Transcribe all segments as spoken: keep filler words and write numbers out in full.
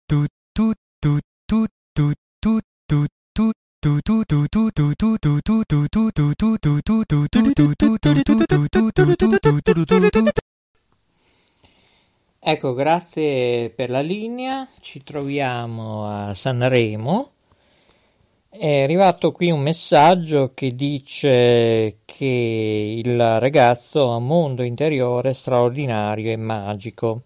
Ecco, grazie per la linea, ci troviamo a Sanremo. È arrivato qui un messaggio che dice che il ragazzo ha un mondo interiore straordinario e magico.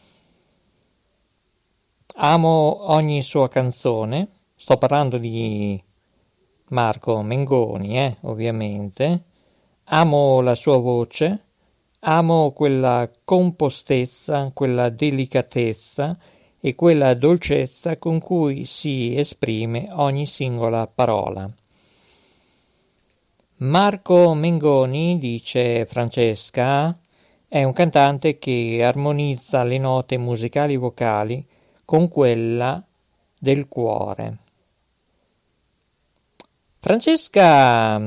Amo ogni sua canzone, sto parlando di Marco Mengoni, eh, ovviamente. Amo la sua voce, amo quella compostezza, quella delicatezza e quella dolcezza con cui si esprime ogni singola parola. Marco Mengoni, dice Francesca, è un cantante che armonizza le note musicali vocali con quella del cuore. Francesca,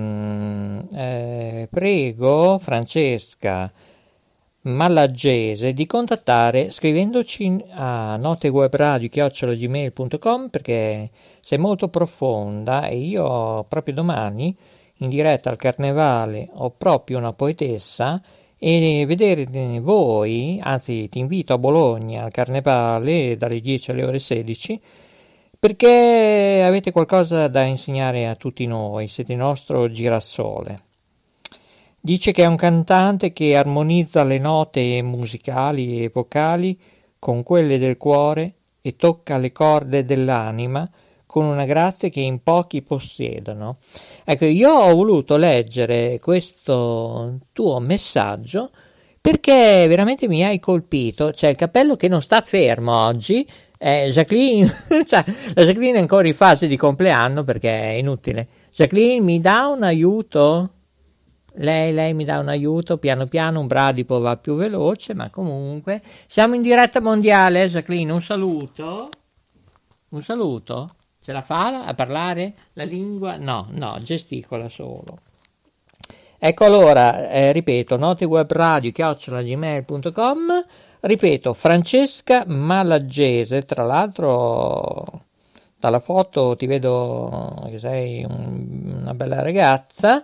eh, prego Francesca Malaggese di contattare scrivendoci a notewebradio chiocciola gmail punto com, perché sei molto profonda e io proprio domani in diretta al Carnevale ho proprio una poetessa e vedere voi, anzi ti invito a Bologna al Carnevale dalle dieci alle ore sedici, perché avete qualcosa da insegnare a tutti noi, siete il nostro girasole. Dice che è un cantante che armonizza le note musicali e vocali con quelle del cuore e tocca le corde dell'anima con una grazia che in pochi possiedono. Ecco, io ho voluto leggere questo tuo messaggio perché veramente mi hai colpito. C'è il cappello che non sta fermo oggi. Eh, Jacqueline, cioè, la Jacqueline è ancora in fase di compleanno perché è inutile. Jacqueline, mi dà un aiuto? Lei, lei mi dà un aiuto, piano piano, un bradipo va più veloce, ma comunque siamo in diretta mondiale, eh, Jacqueline, un saluto, un saluto, ce la fa a parlare la lingua? No, no, gesticola solo. Ecco, allora, eh, ripeto, notewebradio chiocciola gmail punto com, ripeto, Francesca Malaggese, tra l'altro dalla foto ti vedo che sei un, una bella ragazza,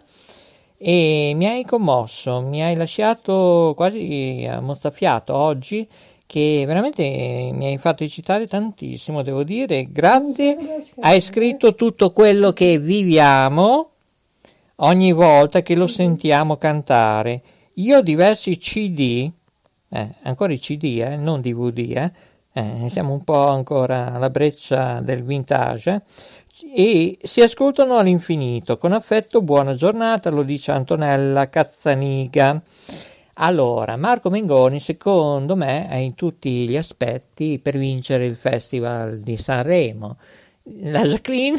e mi hai commosso, mi hai lasciato quasi mozzafiato oggi, che veramente mi hai fatto eccitare tantissimo, devo dire. Grazie, hai scritto tutto quello che viviamo ogni volta che lo sentiamo cantare. Io ho diversi C D, eh, ancora i C D, eh, non D V D, eh. Eh, siamo un po' ancora alla breccia del vintage, e si ascoltano all'infinito. Con affetto, buona giornata, lo dice Antonella Cazzaniga. Allora, Marco Mengoni secondo me è in tutti gli aspetti per vincere il Festival di Sanremo. La Jacqueline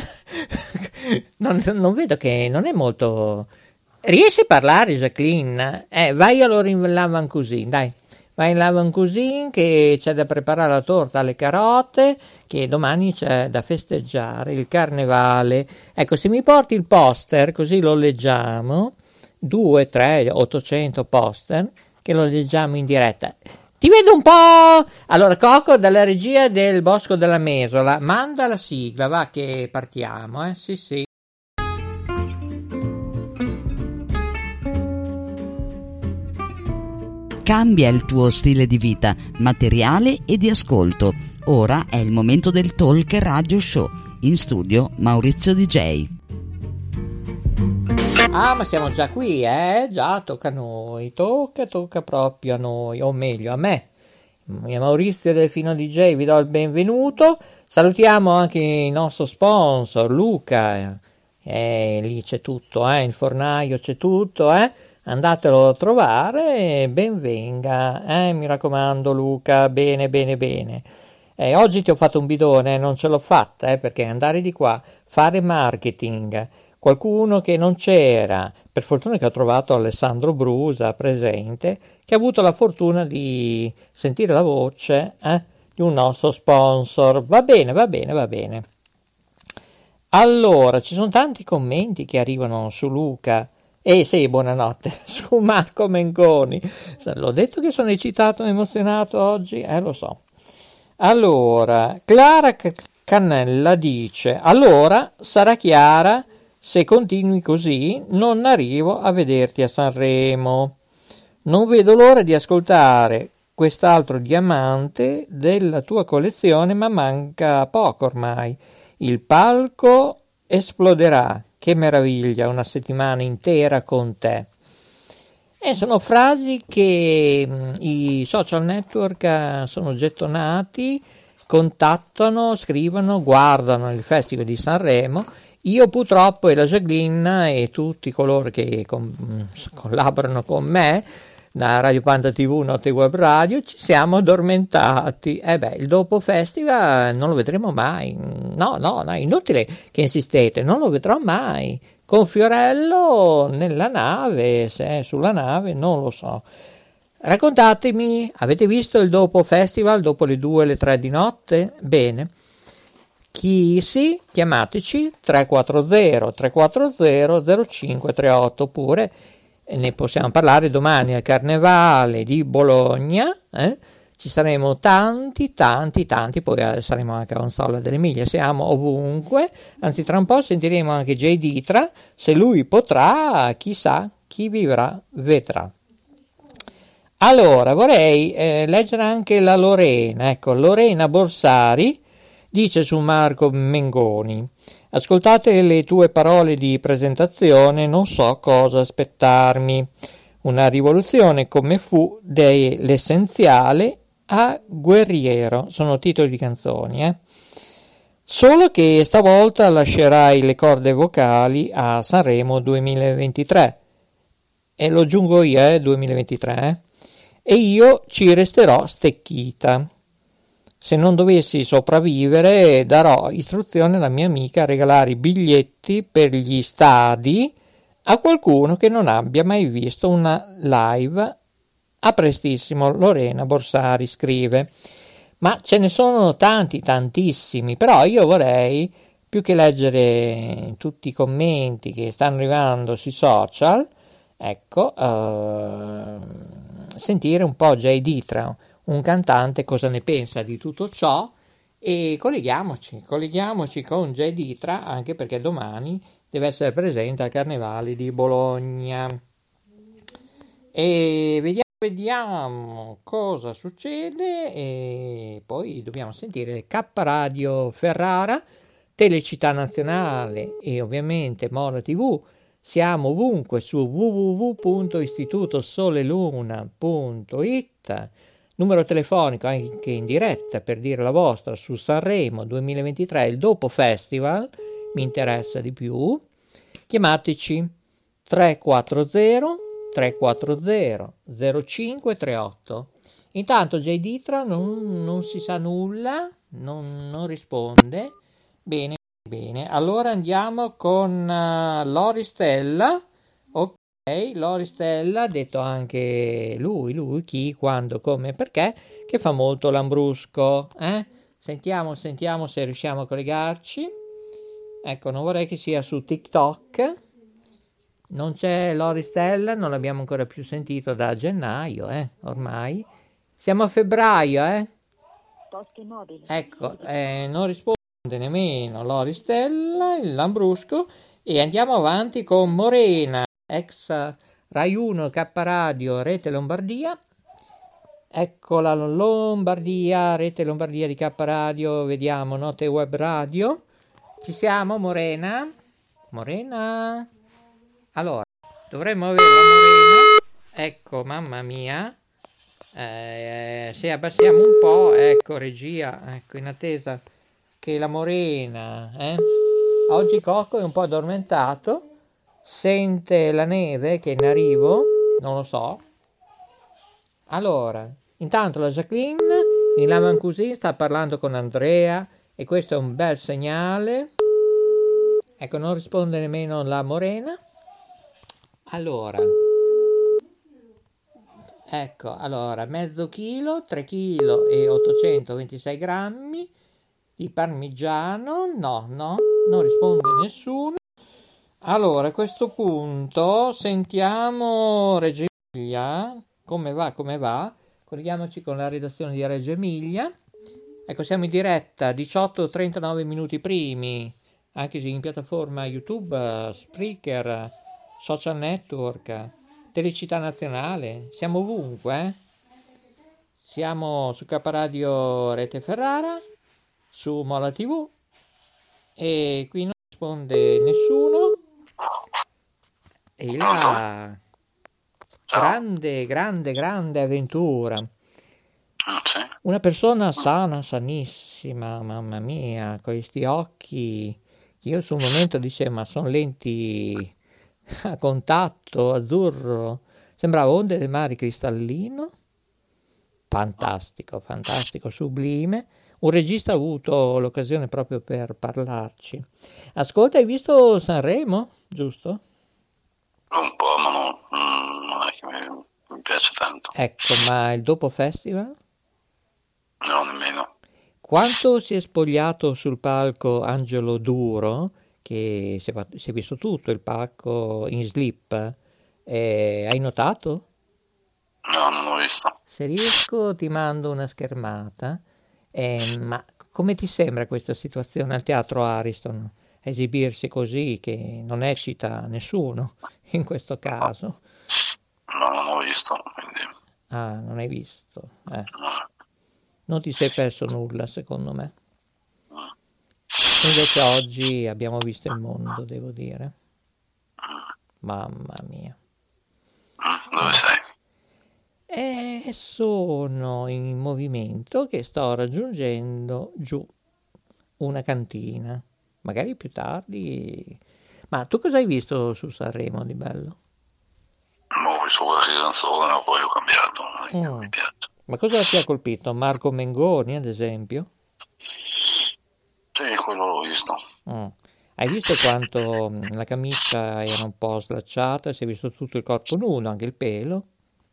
non, non vedo che non è molto... Riesci a parlare, Jacqueline? Eh, vai allora in Lavan Cuisine, dai. Vai in Lavan Cuisine che c'è da preparare la torta alle carote, che domani c'è da festeggiare il carnevale. Ecco, se mi porti il poster così lo leggiamo, due, tre, ottocento poster, che lo leggiamo in diretta. Ti vedo un po'... Allora, Coco, dalla regia del Bosco della Mesola, manda la sigla, va che partiamo, eh? Sì, sì. Cambia il tuo stile di vita, materiale e di ascolto. Ora è il momento del Talk Radio Show. In studio Maurizio D J. Ah, ma siamo già qui, eh? Già, tocca a noi. Tocca, tocca proprio a noi, o meglio, a me. Maurizio Delfino D J, vi do il benvenuto. Salutiamo anche il nostro sponsor, Luca. Eh, lì c'è tutto, eh? Il fornaio c'è tutto, eh? Andatelo a trovare e ben venga, eh, mi raccomando Luca, bene bene bene. Eh, oggi ti ho fatto un bidone, non ce l'ho fatta, eh, perché andare di qua, fare marketing, qualcuno che non c'era, per fortuna che ho trovato Alessandro Brusa presente, che ha avuto la fortuna di sentire la voce eh, di un nostro sponsor. Va bene, va bene, va bene. Allora, ci sono tanti commenti che arrivano su Luca. Eh sì, buonanotte, su Marco Mengoni. L'ho detto che sono eccitato e emozionato oggi? Eh, lo so. Allora, Clara Cannella dice: allora sarà Chiara, se continui così non arrivo a vederti a Sanremo. Non vedo l'ora di ascoltare quest'altro diamante della tua collezione, ma manca poco ormai. Il palco esploderà. Che meraviglia, una settimana intera con te. E sono frasi che mh, i social network eh, sono gettonati, contattano, scrivono, guardano il Festival di Sanremo. Io purtroppo e la Jacqueline e tutti coloro che con, collaborano con me da Radio Panda tivù, Notte Web Radio, ci siamo addormentati. E eh beh, il dopo festival non lo vedremo mai. No, no, no, è inutile che insistete, non lo vedrò mai. Con Fiorello nella nave, se è sulla nave, non lo so. Raccontatemi, avete visto il dopo festival dopo le due, le tre di notte? Bene. Chi sì, chiamateci tre quattro zero tre quattro zero zero cinque tre otto, oppure ne possiamo parlare domani al Carnevale di Bologna, eh? Ci saremo tanti, tanti, tanti, poi saremo anche a Onsola dell'Emilia, siamo ovunque, anzi tra un po' sentiremo anche Jay Ditra, se lui potrà, chissà, chi vivrà vedrà. Allora, vorrei eh, leggere anche la Lorena, ecco, Lorena Borsari dice su Marco Mengoni: ascoltate le tue parole di presentazione, non so cosa aspettarmi. Una rivoluzione come fu dell'essenziale a guerriero. Sono titoli di canzoni, eh? Solo che stavolta lascerai le corde vocali a Sanremo duemilaventitré. E lo aggiungo io, eh, duemilaventitré. Eh? E io ci resterò stecchita. Se non dovessi sopravvivere, darò istruzione alla mia amica a regalare i biglietti per gli stadi a qualcuno che non abbia mai visto una live. A prestissimo, Lorena Borsari scrive. Ma ce ne sono tanti, tantissimi, però io vorrei, più che leggere tutti i commenti che stanno arrivando sui social, ecco, uh, sentire un po' Jay Ditra, un cantante, cosa ne pensa di tutto ciò, e colleghiamoci, colleghiamoci con Jay Ditra, anche perché domani deve essere presente al Carnevale di Bologna. E vediamo, vediamo cosa succede, e poi dobbiamo sentire K Radio Ferrara, Telecittà Nazionale e ovviamente Mora tivù. Siamo ovunque su w w w punto istituto sole luna punto i t. Numero telefonico anche in diretta per dire la vostra su Sanremo duemilaventitré, il dopo festival, mi interessa di più. Chiamateci tre quattro zero tre quattro zero zero cinque tre otto. Intanto Jay Ditra non, non si sa nulla, non, non risponde. Bene, bene. Allora andiamo con uh, Loristella. Ok, Loristella, detto anche lui, lui, chi, quando, come, perché, che fa molto lambrusco. Eh? Sentiamo, sentiamo se riusciamo a collegarci. Ecco, non vorrei che sia su TikTok. Non c'è Loristella, non l'abbiamo ancora più sentito da gennaio, eh, ormai. Siamo a febbraio, eh. Ecco, eh, non risponde nemmeno Loristella, il lambrusco, e andiamo avanti con Morena, ex Rai uno, K Radio, Rete Lombardia. Eccola, Lombardia, Rete Lombardia di K Radio, vediamo, Notte Web Radio. Ci siamo, Morena? Morena? Allora, dovremmo avere la Morena. Ecco, mamma mia. Eh, se abbassiamo un po', ecco, regia, ecco, in attesa che la Morena, eh. Oggi Cocco è un po' addormentato, sente la neve che è in arrivo, non lo so. Allora, intanto la Jacqueline in Lavancusì sta parlando con Andrea e questo è un bel segnale. Ecco, non risponde nemmeno la Morena. Allora, ecco, allora, mezzo chilo, tre chilo e ottocentoventisei grammi di parmigiano, no, no, non risponde nessuno. Allora, a questo punto sentiamo Reggio Emilia, come va, come va, colleghiamoci con la redazione di Reggio Emilia, Ecco, siamo in diretta, diciotto e trentanove minuti primi, anche in piattaforma YouTube, Spreaker, social network, Telecittà Nazionale, siamo ovunque, eh? Siamo su K Radio Rete Ferrara, su Mola T V, e qui non risponde nessuno. E là, grande, grande, grande avventura. Una persona sana, sanissima, mamma mia, con questi occhi, io sul momento dicevo, ma sono lenti a contatto, azzurro, sembrava onde del mare cristallino, fantastico, fantastico, sublime. Un regista ha avuto l'occasione proprio per parlarci. Ascolta, hai visto Sanremo, giusto? Un po', ma no, mm, non è che mi, mi piace tanto. Ecco, ma il dopo festival? No, nemmeno. Quanto si è spogliato sul palco Angelo Duro, che si è, fatto- si è visto tutto il palco in slip, eh, hai notato? No, non ho visto. Se riesco ti mando una schermata. Eh, ma come ti sembra questa situazione al Teatro Ariston? Esibirsi così che non eccita nessuno in questo caso? No, non ho visto, quindi Ah, non hai visto? Eh, no. non ti sei perso nulla, secondo me. Mm, Invece oggi abbiamo visto il mondo, devo dire. mm, Mamma mia. mm. Dove sei? E sono in movimento che sto raggiungendo giù una cantina. Magari più tardi. Ma tu cosa hai visto su Sanremo di bello? Ho visto qualche canzone, ma poi ho cambiato, non è che non Mm. mi piace. Ma cosa ti ha colpito? Marco Mengoni, ad esempio? Sì, quello l'ho visto. Mm. Hai visto quanto mm, la camicia era un po' slacciata, si è visto tutto il corpo nudo, anche il pelo?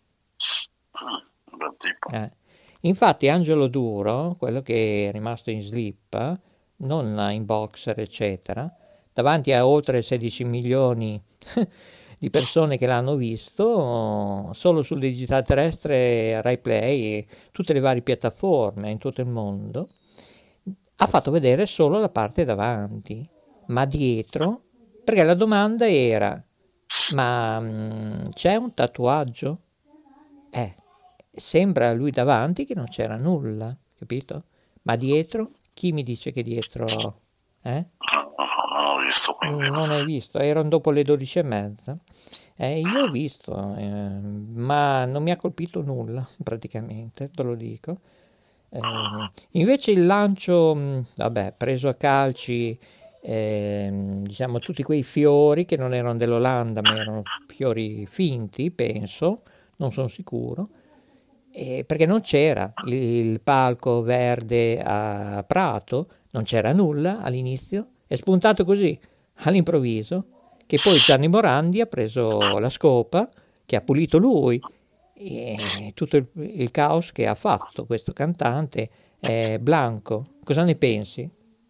Mm, bel tipo. Eh. Infatti Angelo Duro, quello che è rimasto in slip, non in boxer, eccetera, davanti a oltre sedici milioni di persone che l'hanno visto, solo sul digitale terrestre, Rai Play, e tutte le varie piattaforme in tutto il mondo, ha fatto vedere solo la parte davanti, ma dietro, perché la domanda era, ma mm, c'è un tatuaggio? Eh, sembra lui davanti che non c'era nulla, capito? Ma dietro? Chi mi dice che dietro... Eh? No, no, no, non ho visto, quindi Non hai visto? Erano dopo le dodici e mezza. Eh, io ho visto, eh, ma non mi ha colpito nulla, praticamente, te lo dico. Eh, invece il lancio, mh, vabbè, preso a calci, ehm, diciamo, tutti quei fiori che non erano dell'Olanda, ma erano fiori finti, penso, non sono sicuro, eh, perché non c'era il, il palco verde a Prato, non c'era nulla all'inizio, è spuntato così, all'improvviso, che poi Gianni Morandi ha preso la scopa, che ha pulito lui, e tutto il, il caos che ha fatto questo cantante è Blanco. Cosa ne pensi?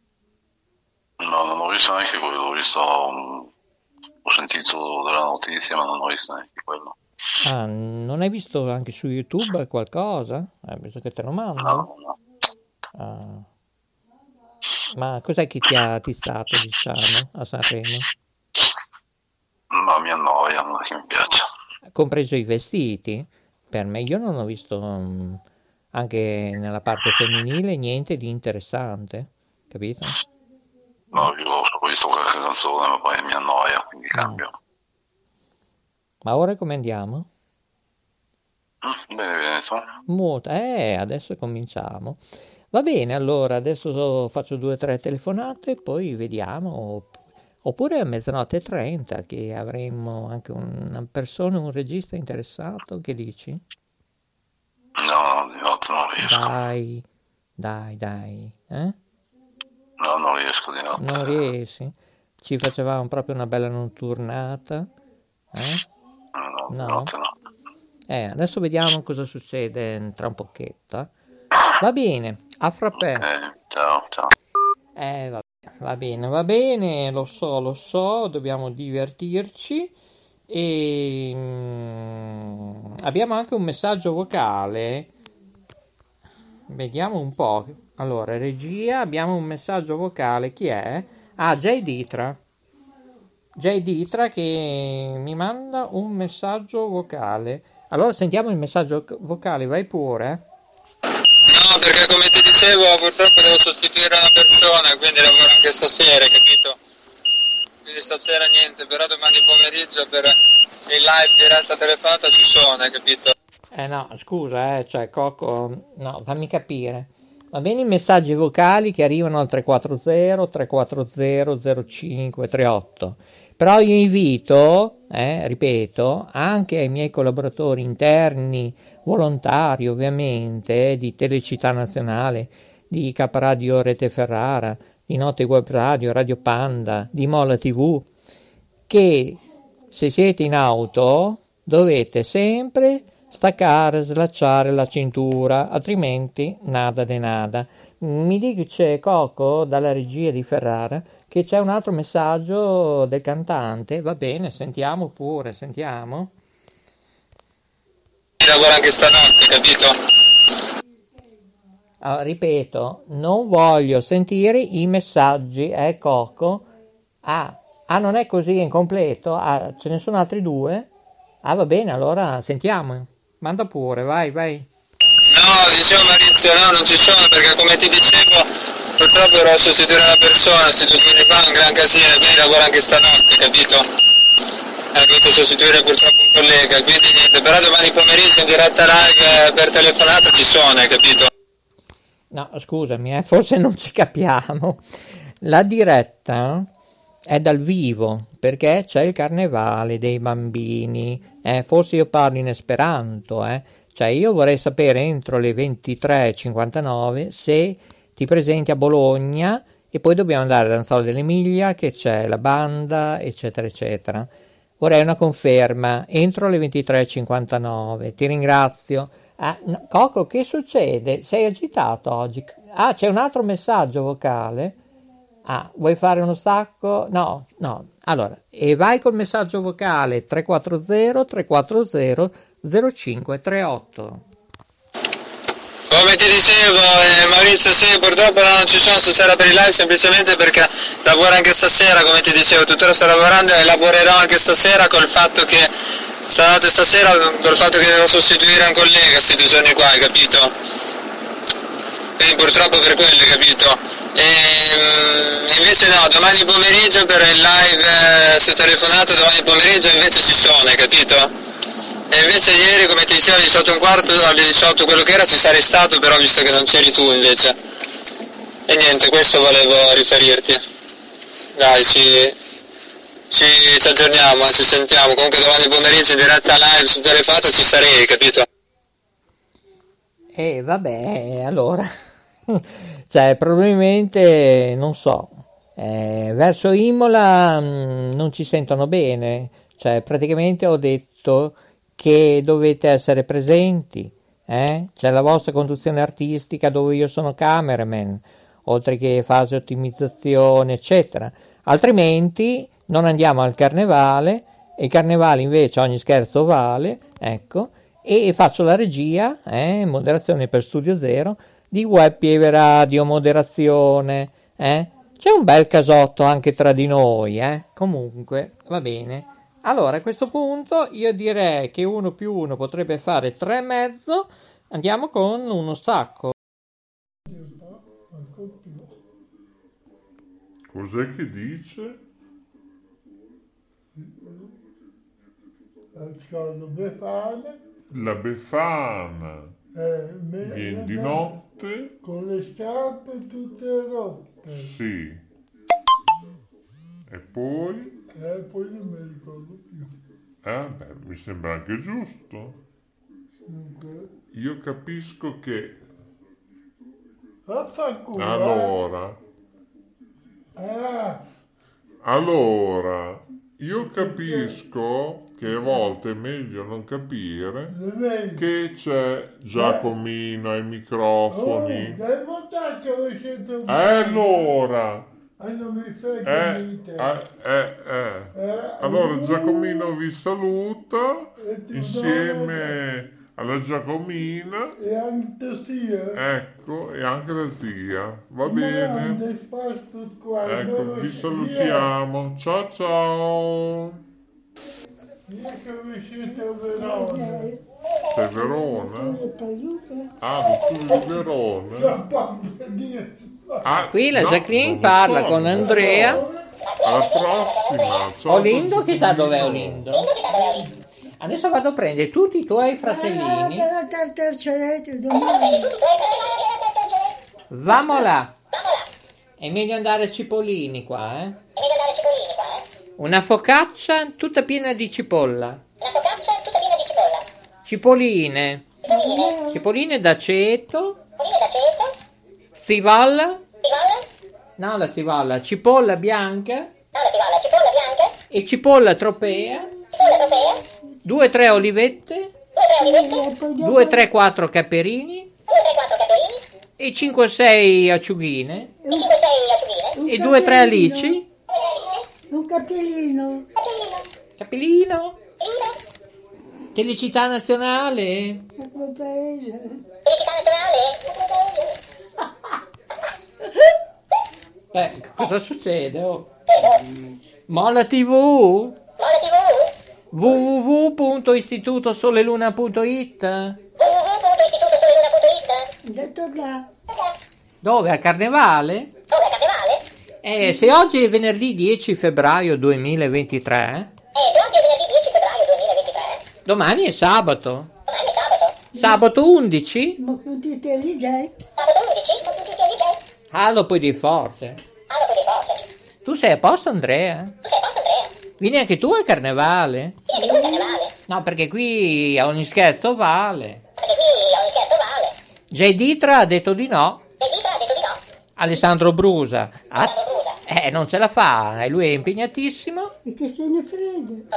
no, non ho visto neanche quello, ho visto, mm, ho sentito della notizia, ma non ho visto neanche quello. Ah, non hai visto anche su YouTube qualcosa? Eh, bisogna che te lo mando. No, no. Ah. Ma cos'è che ti ha attizzato, diciamo, a Sanremo? Ma mi annoia, non è che mi piace. Compreso i vestiti? Per me, io non ho visto mm, anche nella parte femminile niente di interessante, capito? No, io ho visto qualche canzone, ma poi mi annoia, quindi Mm. cambio. Ma ora come andiamo? Mm, bene, bene, tu? Molto. Eh, adesso cominciamo. Va bene, allora adesso faccio due o tre telefonate, poi vediamo. Oppure a mezzanotte e trenta che avremo anche una persona, un regista interessato, che dici? No, no, di notte non riesco. Dai, dai, dai, eh? No, non riesco di Non notte. riesci? Ci facevamo proprio una bella notturnata, eh? No, no, di No? notte no. Eh, adesso vediamo cosa succede tra un pochetto, eh? Va bene, a frappè. Eh, ciao, ciao. Eh, va, va bene, va bene, lo so, lo so, dobbiamo divertirci e mm, abbiamo anche un messaggio vocale. Vediamo un po'. Allora, regia, abbiamo un messaggio vocale, chi è? Ah, Jay Ditra. Jay Ditra che mi manda un messaggio vocale. Allora sentiamo il messaggio vocale, vai pure. No, perché come ti dicevo, purtroppo devo sostituire una persona, quindi lavoro anche stasera, capito? Quindi stasera niente, però domani pomeriggio per il live diretta telefonata ci sono, hai capito? Eh no, scusa, eh, cioè Coco, no, fammi capire. Va bene i messaggi vocali che arrivano al tre quattro zero tre quattro zero zero cinque tre otto, però io invito, eh, ripeto, anche ai miei collaboratori interni, volontari ovviamente, di Telecittà Nazionale, di Caparadio Rete Ferrara, di Note Web Radio, Radio Panda, di Molla tivù, che se siete in auto dovete sempre staccare, slacciare la cintura, altrimenti nada de nada. Mi dice Coco dalla regia di Ferrara che c'è un altro messaggio del cantante, va bene, sentiamo pure, sentiamo. Lavoro anche stanotte, capito? Allora, ripeto, non voglio sentire i messaggi, eh Coco? Ah, ah non è così incompleto? Ah, ce ne sono altri due? Ah, va bene, allora sentiamo. Manda pure, vai, vai. No, dicevo Maurizio, no, non ci sono perché come ti dicevo, purtroppo ero a sostituire una persona, questi due giorni fa, un gran casino, quindi lavoro anche stanotte, capito? Ho dovuto sostituire purtroppo un collega, quindi niente, però domani pomeriggio in diretta live per telefonata ci sono, hai capito? No, scusami, eh, forse non ci capiamo. La diretta è dal vivo, perché c'è il carnevale dei bambini. Eh, forse io parlo in esperanto, eh. Cioè io vorrei sapere entro le ventitré e cinquantanove se ti presenti a Bologna e poi dobbiamo andare ad Anzola dell'Emilia che c'è la banda eccetera eccetera. Vorrei una conferma entro le ventitré e cinquantanove. Ti ringrazio. Ah, no, Coco, che succede? Sei agitato oggi? Ah, c'è un altro messaggio vocale? Ah, vuoi fare uno stacco? No, no. Allora, e vai col messaggio vocale tre quattro zero tre quattro zero zero cinque tre otto. Come ti dicevo, eh, Maurizio, sì, purtroppo non ci sono stasera per il live semplicemente perché lavoro anche stasera, come ti dicevo, tuttora sto lavorando e lavorerò anche stasera col fatto che stanotte stasera, col fatto che devo sostituire un collega questi due giorni qua, hai capito? Quindi purtroppo per quello, hai capito? E, invece no, domani pomeriggio per il live eh, su telefonato, domani pomeriggio invece ci sono, hai capito? E invece ieri, come ti dicevo, alle diciotto e un quarto, alle diciotto quello che era, ci sarei stato, però visto che non c'eri tu invece. E niente, questo volevo riferirti. Dai, ci, ci, ci aggiorniamo, ci sentiamo. Comunque domani pomeriggio in diretta live su telefonato ci sarei, capito? E vabbè, allora, cioè probabilmente, non so, eh, verso Imola mh, non ci sentono bene, cioè praticamente ho detto che dovete essere presenti, eh? C'è la vostra conduzione artistica dove io sono cameraman, oltre che fase ottimizzazione, eccetera. Altrimenti non andiamo al carnevale, e il carnevale invece ogni scherzo vale, ecco, e faccio la regia, eh? Moderazione per Studio Zero, di Web Pieve Radio, moderazione, eh? C'è un bel casotto anche tra di noi, eh? Comunque, va bene. Allora, a questo punto io direi che uno più uno potrebbe fare tre e mezzo. Andiamo con uno stacco. Cos'è che dice? La Befana Eh, viene di notte. Con le scarpe tutte rotte. Sì. E poi? E poi non mi ricordo più. Eh, beh, mi sembra anche giusto. Dunque. Io capisco che... Vaffanculo. Allora... Ah. Allora, io capisco che a volte è meglio non capire che c'è Giacomino ai microfoni. Oh, hai votato le scelte E allora... Ah, non mi frega Eh, niente. eh, eh, eh. Eh, Allora uh, Giacomino vi saluta e ti insieme alla Giacomina, E anche sia. ecco, e anche la zia. Va Ma bene? grande spazio qua. Ecco, dove vi sia. salutiamo. Ciao ciao. Io che vi siete a Verona. Sei Verona? Aiuto. Ah, tu vivi a Verona? La papà di... Ah, Qui la no, Jacqueline non lo parla so, con non lo Andrea. so. Alla prossima. Ciao, Olindo, chissà dov'è Giacomino. Olindo. Adesso vado a prendere tutti i tuoi fratellini. Vamola. È meglio andare a Cipollini qua, eh. Una focaccia tutta piena di cipolla. Cipolline. Cipolline d'aceto. Stivalla. No, la stivalla. Cipolla bianca. E cipolla tropea. Due tre olivette. Due tre quattro caperini. E cinque sei acciughine. E due tre alici. Un capellino. Capellino. Felicità nazionale. Beh, cosa succede? Oh? Molla tivù? w w w punto istituto soleluna punto it. Dove? Al Carnevale? Eh, se oggi è venerdì dieci febbraio duemilaventitré, domani è sabato. Sabato undici? Ma tutti intelligenti. Ah, lo puoi dire forte. Tu sei a posto, Andrea? Vieni anche tu al Carnevale? No, perché qui a ogni scherzo vale. J. Ditra ha detto di no. Alessandro Brusa. Ah, eh, non ce la fa, e lui è impegnatissimo. E che se ne frega?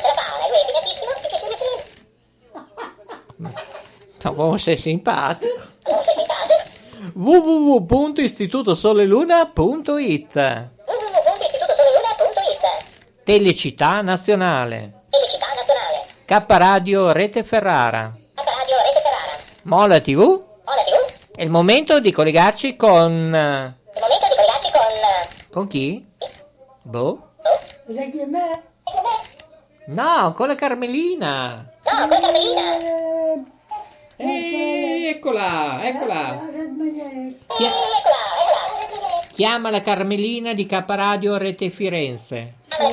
Ma sei simpatico. w w w punto istituto soleluna punto it. Telecità nazionale. K Radio Rete Ferrara. Mola tivù. È il momento di collegarci con... Con chi? Boh. La chiamai? No, con la Carmelina. Eh, eccola, eccola. Chia- Chiama la Carmelina di K Radio Rete Firenze.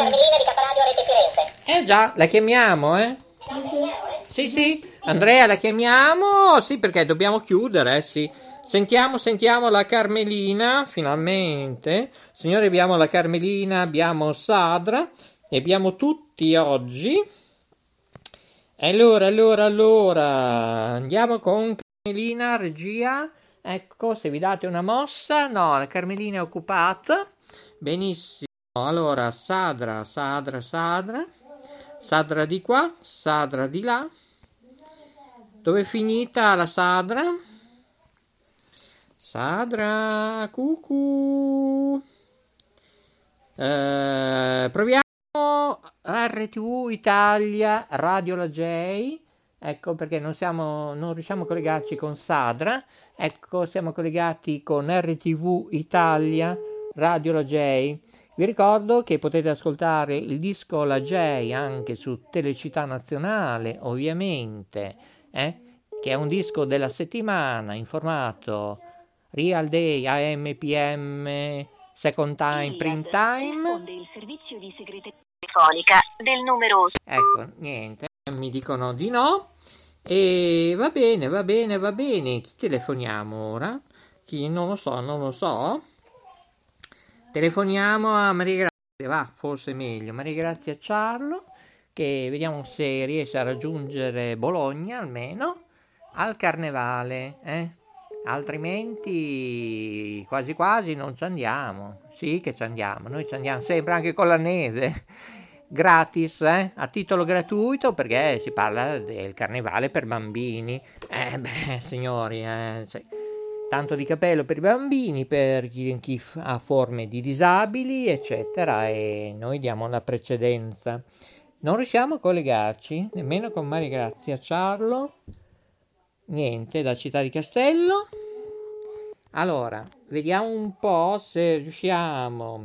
Eh già, la chiamiamo, eh? Sì, sì. Andrea, la chiamiamo? Sì, perché dobbiamo chiudere, eh, sì. Sentiamo, sentiamo la Carmelina, finalmente. Signori, abbiamo la Carmelina, abbiamo Sadra, e abbiamo tutti oggi. Allora, allora, allora, andiamo con Carmelina, regia. Ecco, se vi date una mossa. No, la Carmelina è occupata. Benissimo. Allora, Sadra, Sadra, Sadra. Sadra di qua, Sadra di là. Dove è finita la Sadra? Sadra, cucù. Eh, proviamo R T V Italia, Radio La J. Ecco perché non siamo, non riusciamo a collegarci con Sadra. Ecco, siamo collegati con R T V Italia, Radio La J. Vi ricordo che potete ascoltare il disco La J anche su Telecità Nazionale, ovviamente, eh? Che è un disco della settimana in formato Real Day, A M, P M, Second Time, Print Time. Risponde il servizio di segreteria telefonica del numero. Ecco, niente, mi dicono di no. E va bene, va bene, va bene. Chi telefoniamo ora? Chi? Non lo so, non lo so. Telefoniamo a Maria Grazia, va, forse meglio. Maria Grazia Ciarlo, che vediamo se riesce a raggiungere Bologna almeno al Carnevale, eh? Altrimenti quasi quasi non ci andiamo. Sì che ci andiamo, noi ci andiamo sempre anche con la neve. Gratis, eh? A titolo gratuito, perché si parla del carnevale per bambini. Eh beh, signori, eh, cioè, tanto di cappello per i bambini, per chi, chi ha forme di disabili, eccetera, e noi diamo la precedenza. Non riusciamo a collegarci, nemmeno con Maria Grazia Ciarlo. niente, da Città di Castello. Allora, vediamo un po' se riusciamo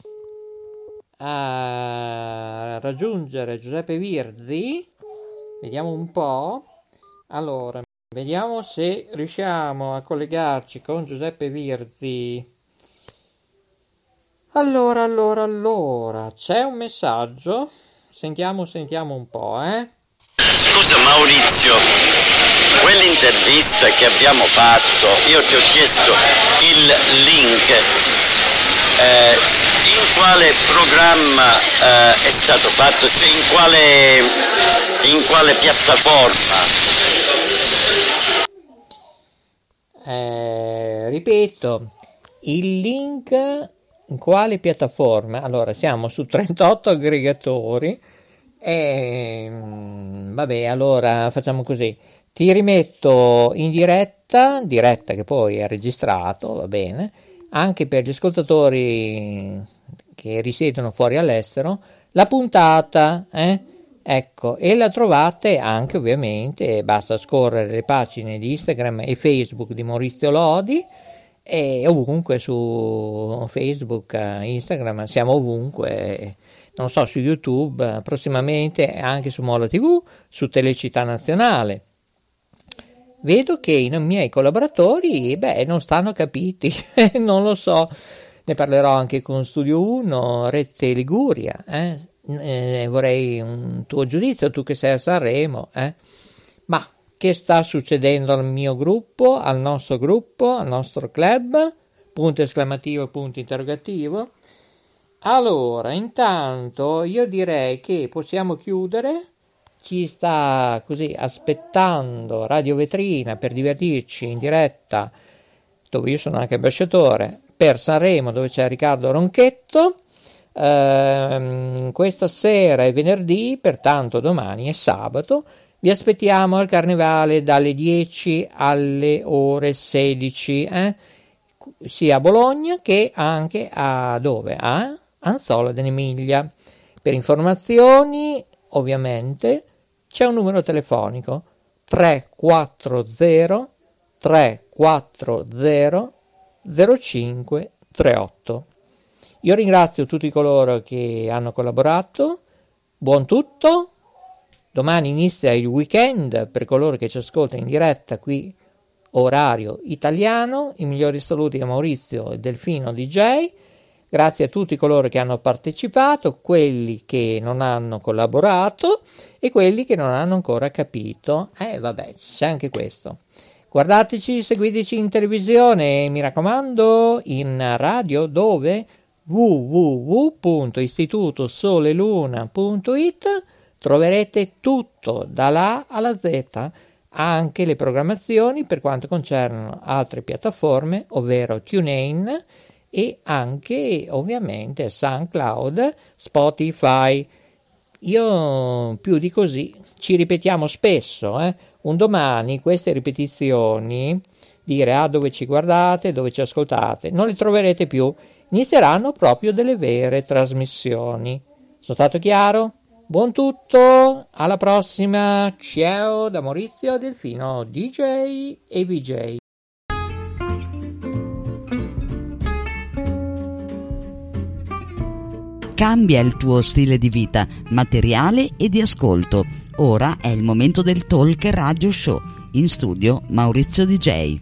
a raggiungere Giuseppe Virzi. Vediamo un po'. Allora, vediamo se riusciamo a collegarci con Giuseppe Virzi. Allora, allora, allora, c'è un messaggio. Sentiamo, sentiamo un po', eh. Scusa Maurizio, quell'intervista che abbiamo fatto, io ti ho chiesto il link, eh, in quale programma eh, è stato fatto, cioè in quale, in quale piattaforma? Eh, ripeto, il link in quale piattaforma? Allora, siamo su trentotto aggregatori e vabbè, allora facciamo così. Ti rimetto in diretta, diretta che poi è registrato, va bene, anche per gli ascoltatori che risiedono fuori all'estero, la puntata, eh? Ecco, e la trovate anche ovviamente, basta scorrere le pagine di Instagram e Facebook di Maurizio Lodi, e ovunque su Facebook, Instagram, siamo ovunque, non so, su YouTube, prossimamente anche su Mola tivù, su Telecittà Nazionale. Vedo che i miei collaboratori, beh, non stanno capiti, non lo so, ne parlerò anche con Studio uno, Rete Liguria, eh? Eh, vorrei un tuo giudizio, tu che sei a Sanremo, eh? Ma che sta succedendo al mio gruppo, al nostro gruppo, al nostro club? Punto esclamativo, punto interrogativo. Allora, intanto io direi che possiamo chiudere. Ci sta così aspettando Radio Vetrina per divertirci in diretta, dove io sono anche ambasciatore, per Sanremo, dove c'è Riccardo Ronchetto. Ehm, questa sera è venerdì, pertanto domani è sabato. Vi aspettiamo al Carnevale dalle dieci alle ore sedici, eh? Sia a Bologna che anche a dove? A Anzola dell'Emilia. Per informazioni, ovviamente, c'è un numero telefonico tre quattro zero tre quattro zero zero cinque tre otto. Io ringrazio tutti coloro che hanno collaborato. Buon tutto. Domani inizia il weekend per coloro che ci ascoltano in diretta qui, orario italiano. I migliori saluti da Maurizio e Delfino D J. Grazie a tutti coloro che hanno partecipato, quelli che non hanno collaborato e quelli che non hanno ancora capito. Eh vabbè, c'è anche questo. Guardateci, seguiteci in televisione, mi raccomando, in radio dove? w w w punto istituto sole luna punto i t. Troverete tutto dalla A alla Z, anche le programmazioni per quanto concernono altre piattaforme, ovvero TuneIn e anche ovviamente SoundCloud, Spotify. Io più di così ci ripetiamo spesso, eh? Un domani queste ripetizioni, dire ah dove ci guardate, dove ci ascoltate, non le troverete più, inizieranno proprio delle vere trasmissioni. Sono stato chiaro? Buon tutto, alla prossima, ciao da Maurizio Delfino, D J e V J. Cambia il tuo stile di vita, materiale e di ascolto. Ora è il momento del Talk Radio Show. In studio Maurizio D J.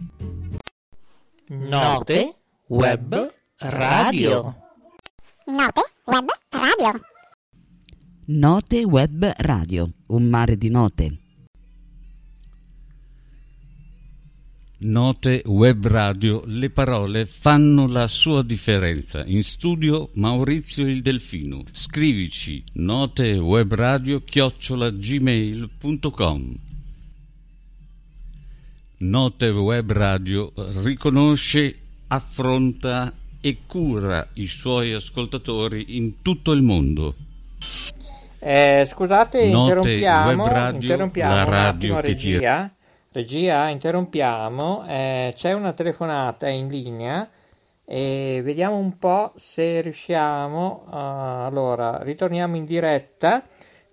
Note Web Radio. Note Web Radio. Note Web Radio, un mare di note. Note Web Radio, le parole fanno la sua differenza. In studio Maurizio il Delfino. Scrivici notewebradio chiocciola gmail punto com. Note Web Radio riconosce, affronta e cura i suoi ascoltatori in tutto il mondo. Eh, scusate, Note interrompiamo, Web Radio, interrompiamo la un radio attimo, che ti- regia. Regia, interrompiamo, eh, c'è una telefonata in linea e vediamo un po' se riusciamo. Uh, allora, ritorniamo in diretta